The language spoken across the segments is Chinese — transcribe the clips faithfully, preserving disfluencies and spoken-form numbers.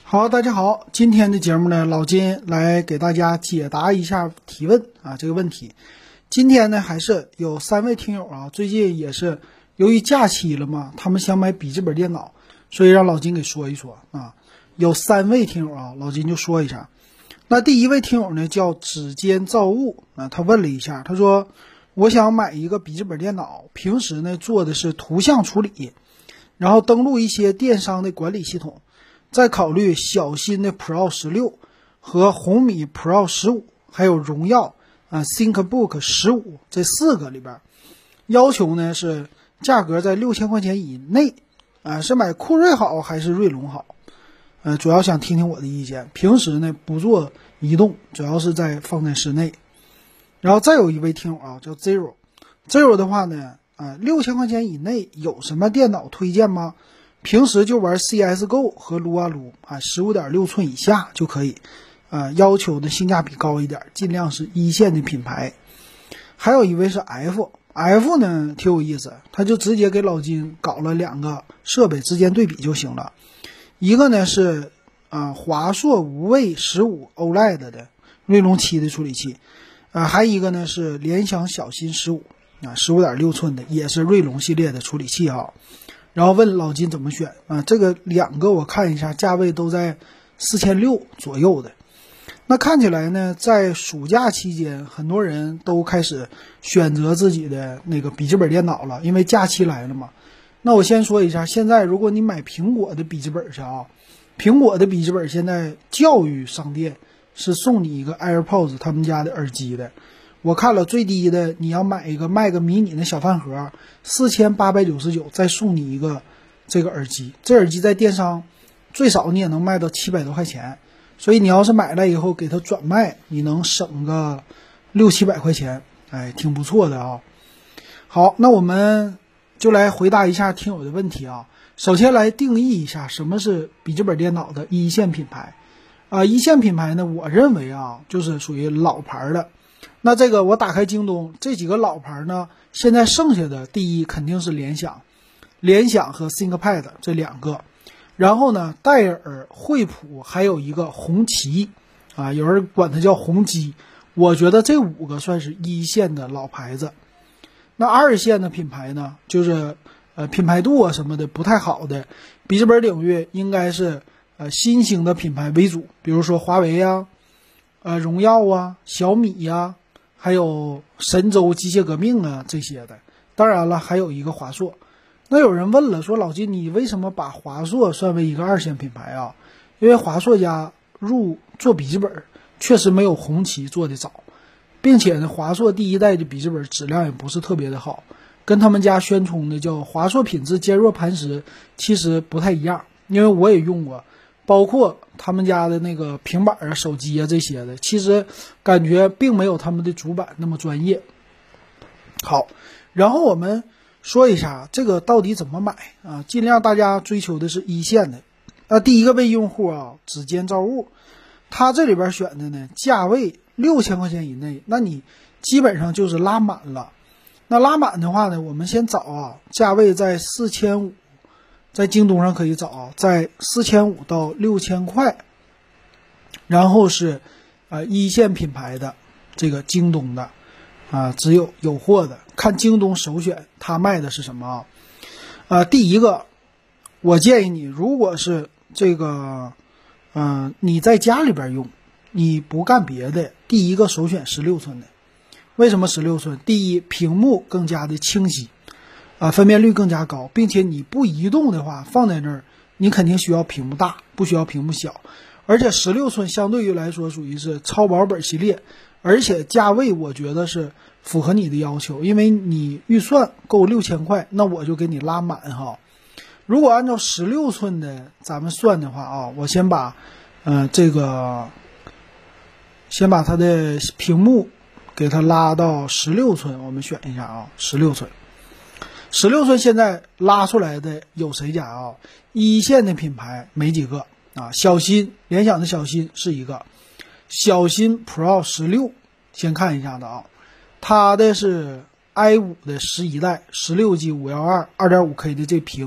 好，大家好，今天的节目呢，老金来给大家解答一下提问啊这个问题。今天呢，还是有三位听友啊，最近也是由于假期了嘛，他们想买笔记本电脑，所以让老金给说一说啊。有三位听友啊，老金就说一下。那第一位听友呢叫指尖造物啊，他问了一下，他说我想买一个笔记本电脑，平时呢做的是图像处理，然后登录一些电商的管理系统。再考虑小新的 Pro 十六和红米 Pro 十五，还有荣耀啊 ThinkBook 十五这四个里边，要求呢是价格在六千块钱以内啊，是买酷睿好还是锐龙好？呃，主要想听听我的意见。平时呢不做移动，主要是在放在室内。然后再有一位听友啊，叫 Zero Zero 的话呢，啊六千块钱以内有什么电脑推荐吗？平时就玩 C S G O 和撸啊撸啊， 十五点六寸以下就可以，呃，要求的性价比高一点，尽量是一线的品牌。还有一位是 F F 呢，挺有意思，他就直接给老金搞了两个设备之间对比就行了。一个呢是啊、呃、华硕无畏十五 O L E D 的锐龙七的处理器，啊、呃，还一个呢是联想小新十五啊 十五点六寸的，也是锐龙系列的处理器哈。然后问老金怎么选啊？这个两个我看一下，价位都在四千六左右的。那看起来呢，在暑假期间，很多人都开始选择自己的那个笔记本电脑了，因为假期来了嘛。那我先说一下，现在如果你买苹果的笔记本去啊，苹果的笔记本现在教育商店是送你一个 AirPods 他们家的耳机的。我看了最低的，你要买一个Mac mini的小饭盒，四千八百九十九，再送你一个这个耳机。这耳机在电商最少你也能卖到七百多块钱，所以你要是买来以后给它转卖，你能省个六七百块钱，哎，挺不错的啊。好，那我们就来回答一下听友的问题啊。首先来定义一下什么是笔记本电脑的一线品牌啊、呃。一线品牌呢，我认为啊，就是属于老牌的。那这个我打开京东，这几个老牌呢，现在剩下的第一肯定是联想，联想和 ThinkPad 这两个，然后呢，戴尔、惠普，还有一个红旗，啊，有人管它叫红基。我觉得这五个算是一线的老牌子。那二线的品牌呢，就是呃品牌度啊什么的不太好的，笔记本领域应该是呃新兴的品牌为主，比如说华为呀、呃荣耀啊、小米呀。还有神州机械革命啊这些的，当然了，还有一个华硕。那有人问了，说老金，你为什么把华硕算为一个二线品牌啊？因为华硕家入做笔记本确实没有红旗做的早，并且呢，华硕第一代的笔记本质量也不是特别的好，跟他们家宣称的叫华硕品质坚若磐石其实不太一样。因为我也用过，包括他们家的那个平板啊、手机啊这些的，其实感觉并没有他们的主板那么专业。好，然后我们说一下这个到底怎么买啊？尽量大家追求的是一线的。那第一个位用户啊，指尖造物，他这里边选的呢，价位六千块钱以内，那你基本上就是拉满了。那拉满的话呢，我们先找啊，价位在四千五。在京东上可以找啊，在四千五到六千块，然后是呃一线品牌的这个京东的啊，只有有货的，看京东首选它卖的是什么啊？啊，第一个，我建议你，如果是这个，嗯、呃，你在家里边用，你不干别的，第一个首选十六寸的。为什么十六寸？第一，屏幕更加的清晰。啊，分辨率更加高，并且你不移动的话，放在那儿，你肯定需要屏幕大，不需要屏幕小。而且十六寸相对于来说属于是超薄本系列，而且价位我觉得是符合你的要求，因为你预算够六千块，那我就给你拉满哈。如果按照十六寸的咱们算的话啊，我先把呃这个先把它的屏幕给它拉到十六寸，我们选一下啊，十六寸。十六寸现在拉出来的有谁家啊？一线的品牌没几个啊，小新，联想的小新是一个，小新 Pro 十六，先看一下的啊，它的是 i 五 的十一代，十六 G 五一二 二点五 K 的这屏，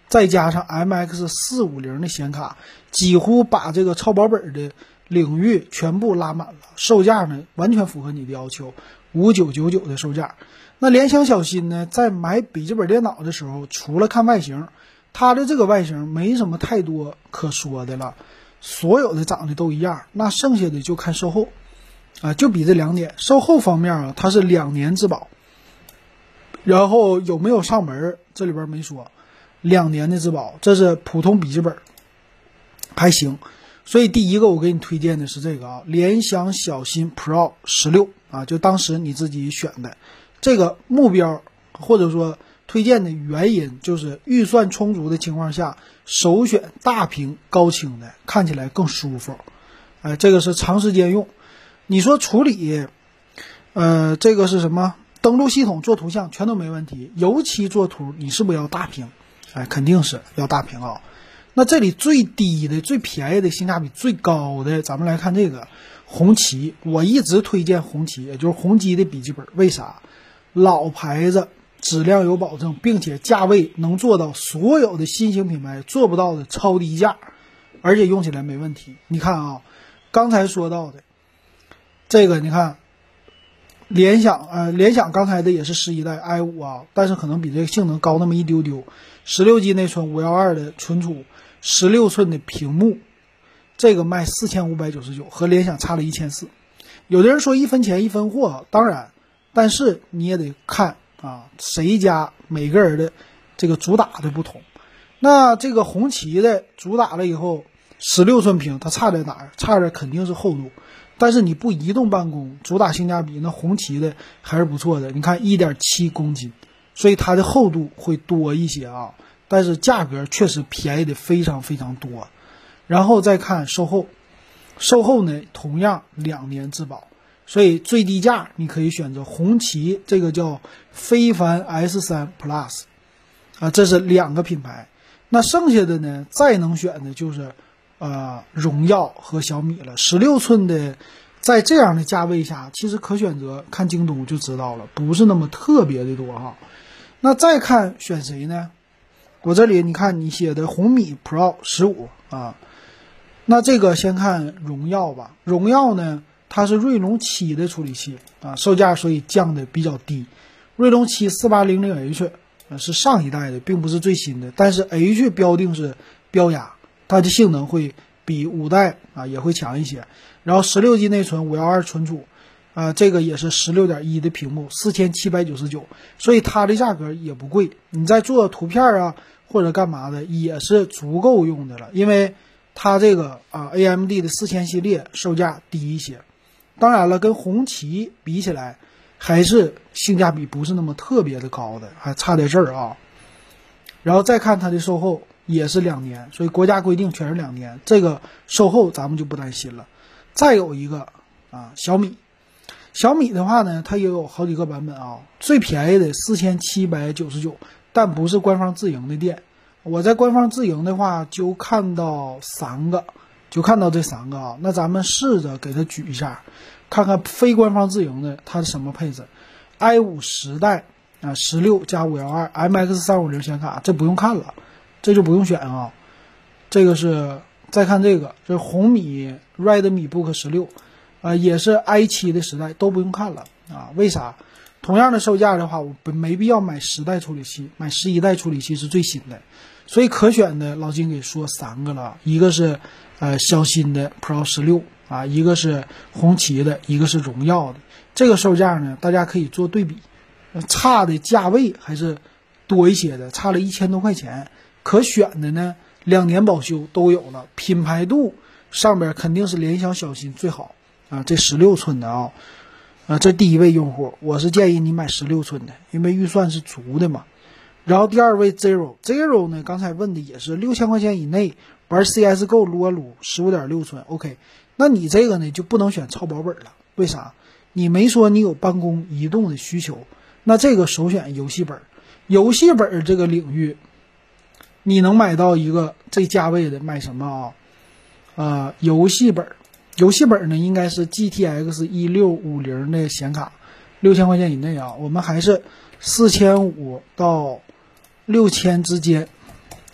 再加上 M X 四五零 的显卡，几乎把这个超薄本的领域全部拉满了，售价呢完全符合你的要求，五九九九的售价。那联想小新呢，在买笔记本电脑的时候，除了看外形，它的这个外形没什么太多可说的了，所有的长得都一样，那剩下的就看售后啊，就比这两点。售后方面啊，它是两年质保，然后有没有上门这里边没说，两年的质保，这是普通笔记本还行。所以第一个我给你推荐的是这个啊，联想小新 Pro 十六啊，就当时你自己选的这个目标，或者说推荐的原因就是预算充足的情况下，首选大屏高清的，看起来更舒服。哎，这个是长时间用。你说处理，呃，这个是什么？登录系统做图像全都没问题，尤其做图你是不是要大屏？哎，肯定是要大屏啊。那这里最低的、最便宜的、性价比最高的，咱们来看这个红旗。我一直推荐红旗，也就是宏基的笔记本，为啥？老牌子，质量有保证，并且价位能做到所有的新型品牌做不到的超低价，而且用起来没问题。你看啊，刚才说到的这个，你看联想，呃，联想刚才的也是十一代 i 五 啊，但是可能比这个性能高那么一丢丢。十六 G 内存，五一二的存储，十六寸的屏幕，这个卖四千五百九十九，和联想差了一千四。有的人说一分钱一分货，当然，但是你也得看啊，谁家每个人的这个主打的不同。那这个红旗的主打了以后，十六寸屏，它差在哪儿？差在肯定是厚度。但是你不移动办公，主打性价比，那红旗的还是不错的。你看 一点七公斤，所以它的厚度会多一些啊，但是价格确实便宜的非常非常多。然后再看售后，售后呢同样两年质保，所以最低价你可以选择红旗，这个叫非凡 S 三 Plus 啊，这是两个品牌。那剩下的呢，再能选的就是呃荣耀和小米了。十六寸的在这样的价位下，其实可选择，看京东就知道了，不是那么特别的多哈。那再看选谁呢？我这里你看你写的红米 Pro 十五啊，那这个先看荣耀吧。荣耀呢，它是锐龙七的处理器啊，售价所以降的比较低。锐龙七 四八零零 H 啊是上一代的，并不是最新的，但是 H 标定是标压，它的性能会比五代啊也会强一些。然后十六 G 内存，五一二存储。啊，这个也是 十六点一 的屏幕，四千七百九十九，所以它的价格也不贵。你在做图片啊或者干嘛的也是足够用的了，因为它这个啊 A M D 的四千系列售价低一些。当然了，跟红旗比起来，还是性价比不是那么特别的高的，还差在这儿啊。然后再看它的售后也是两年，所以国家规定全是两年，这个售后咱们就不担心了。再有一个啊，小米。小米的话呢，它也有好几个版本啊，最便宜的四千七百九十九，但不是官方自营的店。我在官方自营的话就看到三个，就看到这三个啊。那咱们试着给它举一下，看看非官方自营的它是什么配置。i 五 十代啊，十六加五一二 M X 三五零显卡，这不用看了，这就不用选啊。这个是再看这个，这是红米 Redmi Book 十六。呃，也是 i 七 的时代，都不用看了啊？为啥？同样的售价的话，我没必要买十代处理器，买十一代处理器是最新的。所以可选的老金给说三个了，一个是呃小新的 Pro 十六啊，一个是红旗的，一个是荣耀的。这个售价呢，大家可以做对比，差的价位还是多一些的，差了一千多块钱。可选的呢，两年保修都有了，品牌度上边肯定是联想小新最好。啊，这十六寸的啊，啊，这第一位用户，我是建议你买十六寸的，因为预算是足的嘛。然后第二位 Zero Zero 呢，刚才问的也是六千块钱以内玩 C S G O 撸啊撸，十五点六寸 ，OK。那你这个呢就不能选超薄本了，为啥？你没说你有办公移动的需求，那这个首选游戏本。游戏本这个领域，你能买到一个这价位的，买什么啊？呃，游戏本。游戏本呢，应该是 G T X 一六五零的显卡，六千块钱以内啊。我们还是四千五到六千之间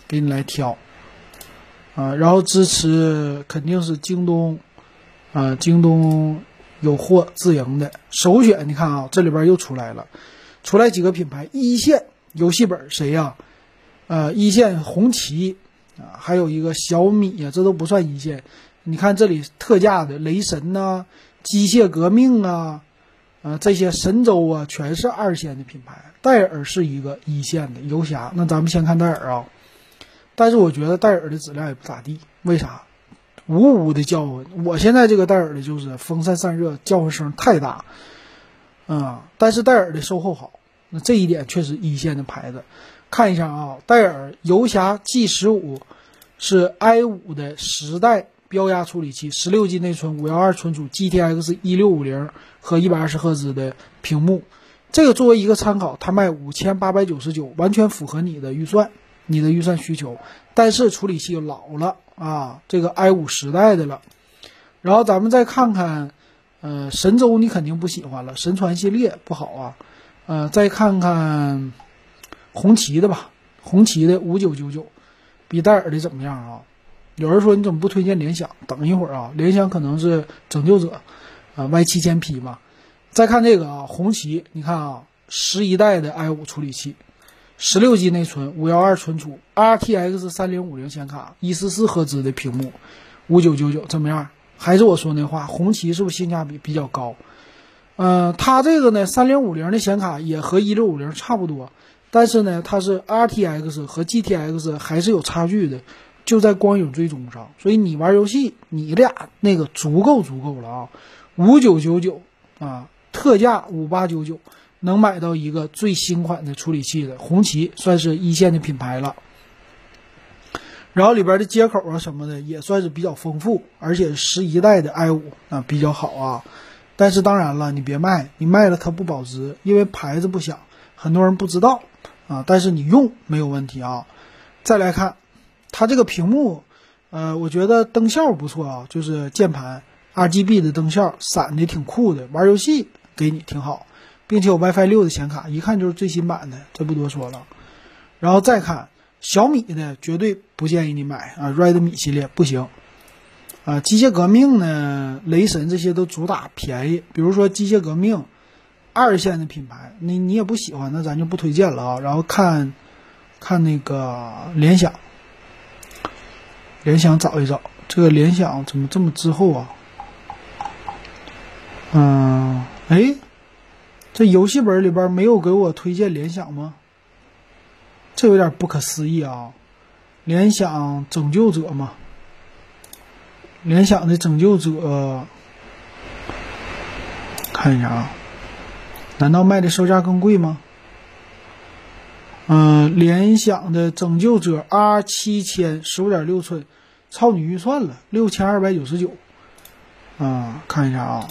给你来挑啊，然后支持肯定是京东啊，京东有货自营的首选。你看啊，这里边又出来了，出来几个品牌，一线游戏本谁呀、啊？呃，一线红旗啊，还有一个小米呀、啊，这都不算一线。你看这里特价的雷神呐、啊、机械革命啊。呃，这些神州啊，全是二线的品牌。戴尔是一个一线的游侠。那咱们先看戴尔啊，但是我觉得戴尔的质量也不咋地。为啥？呜呜的叫唤。我现在这个戴尔的就是风扇散热，叫唤声太大。啊、嗯，但是戴尔的售后好，那这一点确实一线的牌子。看一下啊，戴尔游侠 G 十五是 i 五 的十代。标压处理器，十六 G 内存，五一二存储 ，G T X 一六五零和一百二十赫兹的屏幕。这个作为一个参考，它卖五千八百九十九，完全符合你的预算，你的预算需求。但是处理器老了啊，这个 i 五 时代的了。然后咱们再看看，呃，神州你肯定不喜欢了，神传系列不好啊。呃，再看看红旗的吧，红旗的五九九九，比戴尔的怎么样啊？有人说你怎么不推荐联想？等一会儿啊，联想可能是拯救者，啊 Y 七千 P 嘛。再看这个啊，红旗，你看啊，十一代的 i 五 处理器，十六 G 内存，五一二存储 ，R T X 三零五零显卡，一四四赫兹的屏幕，五九九九怎么样？还是我说那话，红旗是不是性价比比较高？呃，它这个呢，三零五零的显卡也和一六五零差不多，但是呢，它是 R T X 和 G T X 还是有差距的。就在光影追踪上，所以你玩游戏，你俩那个足够足够了啊，五九九九啊，特价五八九九，能买到一个最新款的处理器的红旗，算是一线的品牌了。然后里边的接口啊什么的也算是比较丰富，而且十一代的 i 五 啊比较好啊。但是当然了，你别卖，你卖了它不保值，因为牌子不响，很多人不知道啊。但是你用没有问题啊。再来看。它这个屏幕，呃，我觉得灯效不错啊，就是键盘 R G B 的灯效，闪的挺酷的，玩游戏给你挺好，并且有 WiFi 六的显卡，一看就是最新版的，这不多说了。然后再看小米的，绝对不建议你买啊 ，Redmi 系列不行啊。机械革命呢，雷神这些都主打便宜，比如说机械革命，二线的品牌，你你也不喜欢，那咱就不推荐了啊。然后看看那个联想。联想找一找，这个联想怎么这么滞后啊？嗯，哎，这游戏本里边没有给我推荐联想吗？这有点不可思议啊！联想拯救者嘛，联想的拯救者，看一下啊，难道卖的售价更贵吗？嗯、呃，联想的拯救者 R 七千 十五点六寸，超你预算了，六千二百九十九。啊，看一下啊，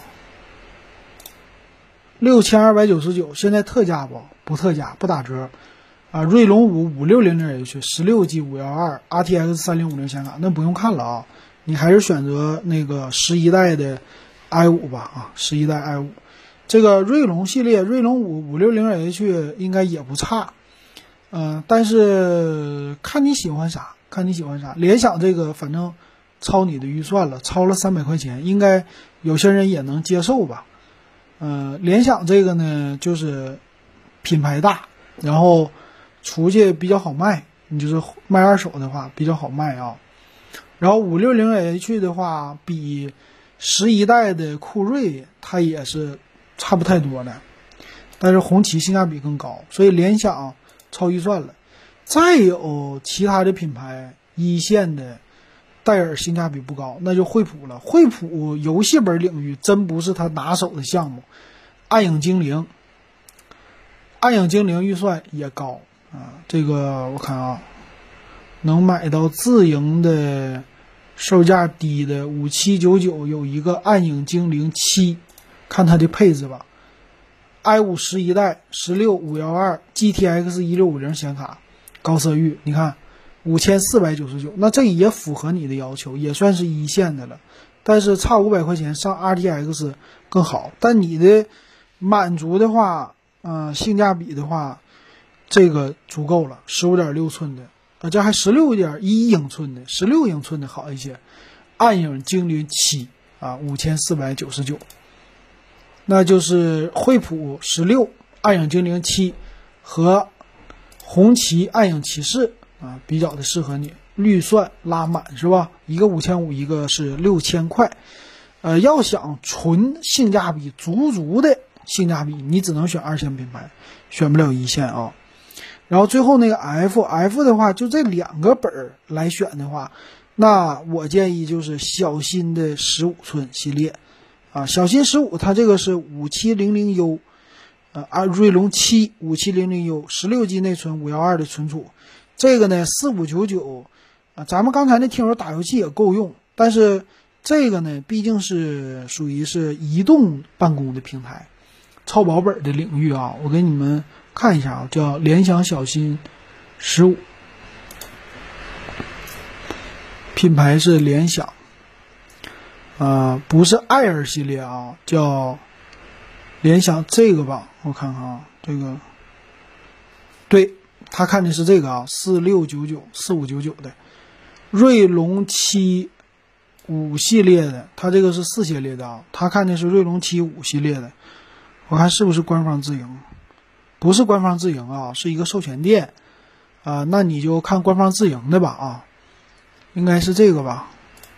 六千二百九十九，现在特价不？不特价，不打折。啊，锐龙五五六零零 H 十六 G 五一二 R T X 三零五零显卡，那不用看了啊，你还是选择那个十一代的 i 五 吧啊，十一代 i 五。这个锐龙系列，锐龙五五六零 H 应该也不差。嗯、呃，但是看你喜欢啥，看你喜欢啥。联想这个反正超你的预算了，超了三百块钱，应该有些人也能接受吧。呃，联想这个呢，就是品牌大，然后出去比较好卖，你就是卖二手的话比较好卖啊。然后五六零 H 的话，比十一代的酷睿它也是差不太多的，但是红旗性价比更高，所以联想超预算了。再有其他的品牌一线的戴尔性价比不高，那就惠普了。惠普游戏本领域真不是他拿手的项目。暗影精灵，暗影精灵预算也高啊，这个我看啊，能买到自营的售价低的五七九九，有一个暗影精灵七，看它的配置吧。i 五 十一代十六 五一二 G T X 一六五零显卡，高色域，你看五千四百九十九，那这也符合你的要求，也算是一线的了。但是差五百块钱上 R T X 更好，但你的满足的话，呃，性价比的话，这个足够了， 十五点六寸的， 啊，这还十六点一英寸的，十六英寸的好一些。暗影精灵七啊，五千四百九十九。那就是惠普十六、暗影精灵七和红旗暗影骑士啊，比较的适合你。预算拉满是吧？一个五千五，一个是六千块。呃，要想纯性价比足足的性价比，你只能选二线品牌，选不了一线啊。然后最后那个 F F 的话，就这两个本儿来选的话，那我建议就是小新的十五寸系列啊，小新十五它这个是五七零零 U， 呃，啊锐龙七五七零零 U， 十六 G 内存，五一二的存储，这个呢四五九九啊，咱们刚才那听友打游戏也够用，但是这个呢毕竟是属于是移动办公的平台，超薄本的领域啊，我给你们看一下啊，叫联想小新十五，品牌是联想，啊、呃，不是爱尔系列啊，叫联想这个吧，我看看啊，这个，对，他看的是这个啊，四六九九四五九九的锐龙七五系列的，它这个是四系列的啊，他看的是锐龙七五系列的，我看是不是官方自营。不是官方自营啊，是一个授权店啊、呃，那你就看官方自营的吧啊，应该是这个吧，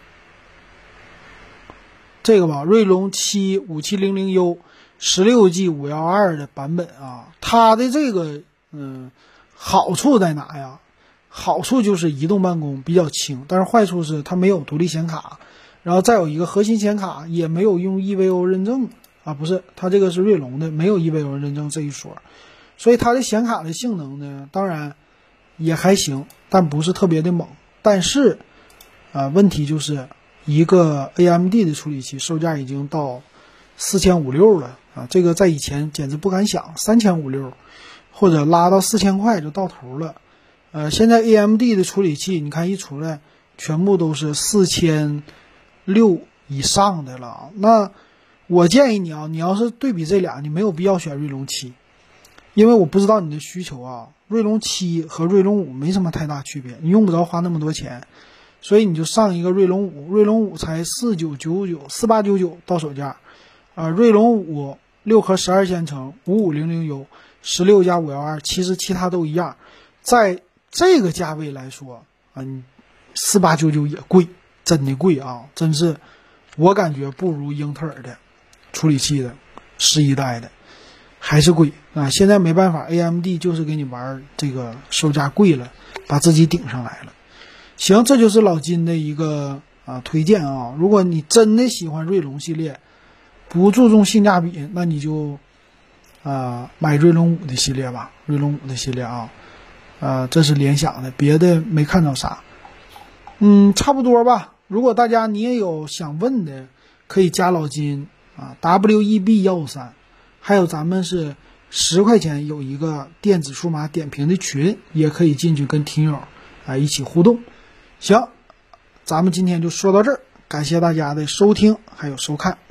这个吧，锐龙七五七零零 U 十六 G 五一二的版本啊，它的这个嗯好处在哪呀？好处就是移动办公比较轻，但是坏处是它没有独立显卡，然后再有一个核心显卡也没有用 E V O 认证啊，不是，它这个是锐龙的，没有 E V O 认证这一说。所以它的显卡的性能呢，当然也还行，但不是特别的猛。但是，啊，问题就是一个 A M D 的处理器售价已经到四千五六了啊，这个在以前简直不敢想，三千五六或者拉到四千块就到头了。呃，现在 A M D 的处理器，你看一出来，全部都是四千六以上的了。那我建议你啊，你要是对比这俩，你没有必要选锐龙七。因为我不知道你的需求啊，锐龙七和锐龙五没什么太大区别，你用不着花那么多钱，所以你就上一个锐龙五，锐龙五才四九九九四八九九到手价，啊，锐龙五六核十二线程五五零零 U 十六加五一二，其实其他都一样，在这个价位来说啊，你四八九九也贵，真的贵啊，真是我感觉不如英特尔的处理器的十一代的。还是贵啊！现在没办法 ，A M D 就是给你玩这个售价贵了，把自己顶上来了。行，这就是老金的一个啊推荐啊。如果你真的喜欢锐龙系列，不注重性价比，那你就啊买锐龙五的系列吧，锐龙五的系列啊，啊这是联想的，别的没看到啥。嗯，差不多吧。如果大家你也有想问的，可以加老金啊 ，W E B 一五三。还有咱们是十块钱有一个电子数码点评的群，也可以进去跟听友啊一起互动。行，咱们今天就说到这儿，感谢大家的收听还有收看。